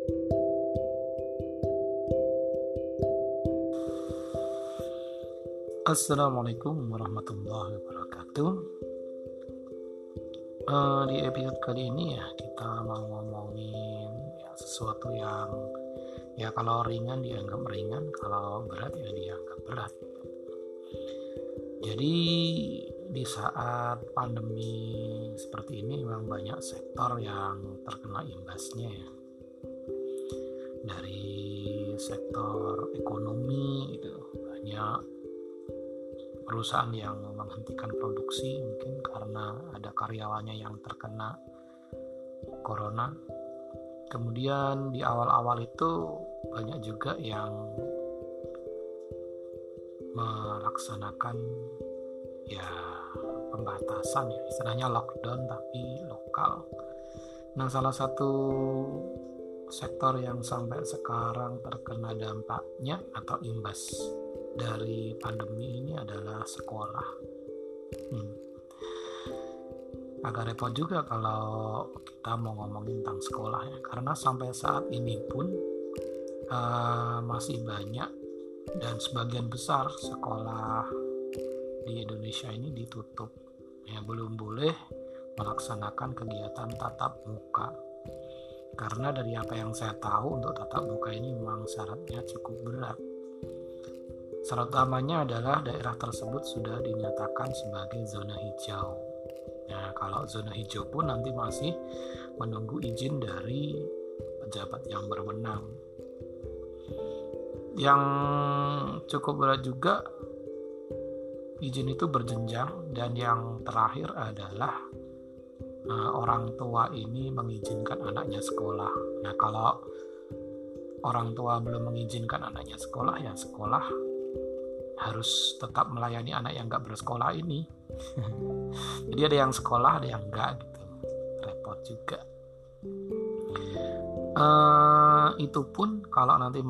Assalamualaikum warahmatullahi wabarakatuh. Di episode kali ini ya kita mau ngomongin sesuatu yang kalau ringan dianggap ringan, kalau berat ya dianggap berat. Jadi di saat pandemi seperti ini memang banyak sektor yang terkena imbasnya ya. Dari sektor ekonomi itu banyak perusahaan yang menghentikan produksi mungkin karena ada karyawannya yang terkena corona. Kemudian di awal-awal itu banyak juga yang melaksanakan pembatasan istilahnya lockdown tapi lokal. Nah, salah satu sektor yang sampai sekarang terkena dampaknya atau imbas dari pandemi ini adalah sekolah. Agak repot juga kalau kita mau ngomongin tentang sekolah ya, karena sampai saat ini pun masih banyak dan sebagian besar sekolah di Indonesia ini ditutup ya, belum boleh melaksanakan kegiatan tatap muka. Karena dari apa yang saya tahu untuk tatap muka ini memang syaratnya cukup berat. Syarat utamanya adalah daerah tersebut sudah dinyatakan sebagai zona hijau. Nah, kalau zona hijau pun nanti masih menunggu izin dari pejabat yang berwenang. Yang cukup berat juga, izin itu berjenjang, dan yang terakhir adalah orang tua ini mengizinkan anaknya sekolah. Nah, kalau orang tua belum mengizinkan anaknya sekolah, ya sekolah harus tetap melayani anak yang nggak bersekolah ini. Jadi ada yang sekolah, ada yang enggak gitu. Repot juga. Itu pun kalau nanti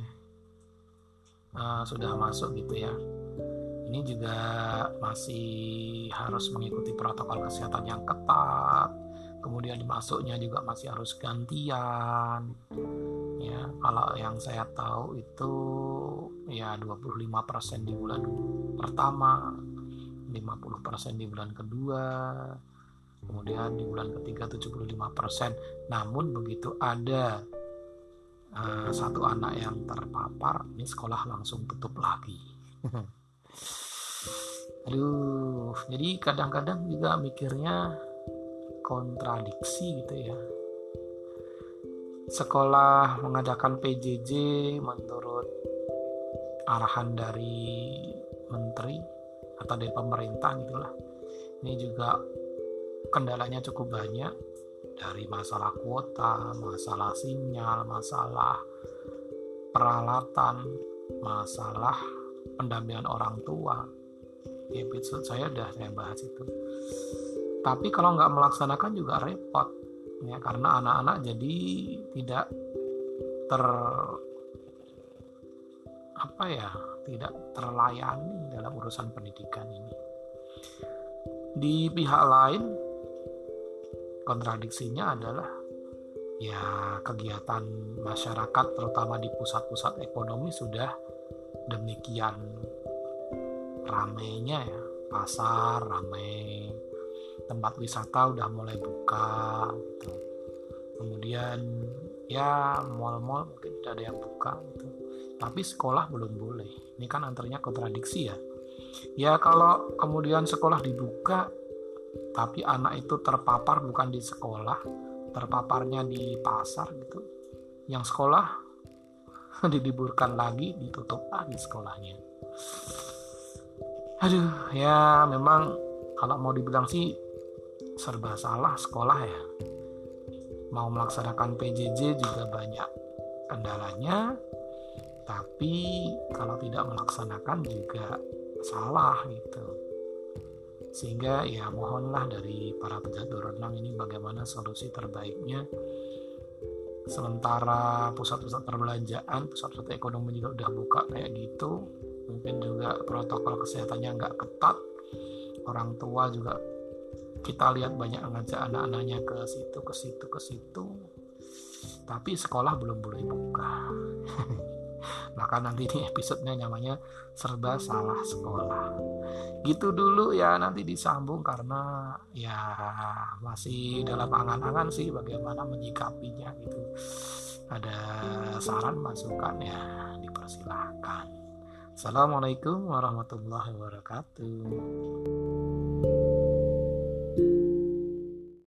sudah masuk gitu ya. Ini juga masih harus mengikuti protokol kesehatan yang ketat. Kemudian dimasuknya juga masih harus gantian. Ya, kalau yang saya tahu itu ya 25% di bulan pertama, 50% di bulan kedua, kemudian di bulan ketiga 75%. Namun begitu ada satu anak yang terpapar, ini sekolah langsung tutup lagi. Aduh, jadi kadang-kadang juga mikirnya kontradiksi gitu ya. Sekolah mengadakan PJJ menurut arahan dari menteri atau dari pemerintah gitulah. Ini juga kendalanya cukup banyak, dari masalah kuota, masalah sinyal, masalah peralatan, masalah pendampingan orang tua. Ya, episode saya bahas itu. Tapi kalau nggak melaksanakan juga repot ya, karena anak-anak jadi tidak tidak terlayani dalam urusan pendidikan ini. Di pihak lain, kontradiksinya adalah ya kegiatan masyarakat terutama di pusat-pusat ekonomi sudah demikian ramainya ya, pasar ramai, tempat wisata udah mulai buka gitu. Kemudian ya mal-mal mungkin udah ada yang buka gitu. Tapi sekolah belum boleh. Ini kan antaranya kontradiksi ya. Ya kalau kemudian sekolah dibuka tapi anak itu terpapar bukan di sekolah, terpaparnya di pasar gitu. Yang sekolah diliburkan lagi, ditutup lagi sekolahnya. Aduh, ya memang kalau mau dibilang sih serba salah sekolah ya. Mau melaksanakan PJJ juga banyak kendalanya, tapi kalau tidak melaksanakan juga salah gitu. Sehingga ya mohonlah dari para pejabat berwenang ini bagaimana solusi terbaiknya. Sementara pusat-pusat perbelanjaan, pusat-pusat ekonomi juga udah buka kayak gitu, mungkin juga protokol kesehatannya nggak ketat. Orang tua juga kita lihat banyak ngajak anak-anaknya ke situ. tapi sekolah belum boleh buka. Maka nanti di episodenya namanya serba salah sekolah. Gitu dulu ya, nanti disambung karena ya masih dalam angan-angan sih bagaimana menyikapinya gitu. Ada saran masukan ya dipersilahkan. Assalamualaikum warahmatullahi wabarakatuh.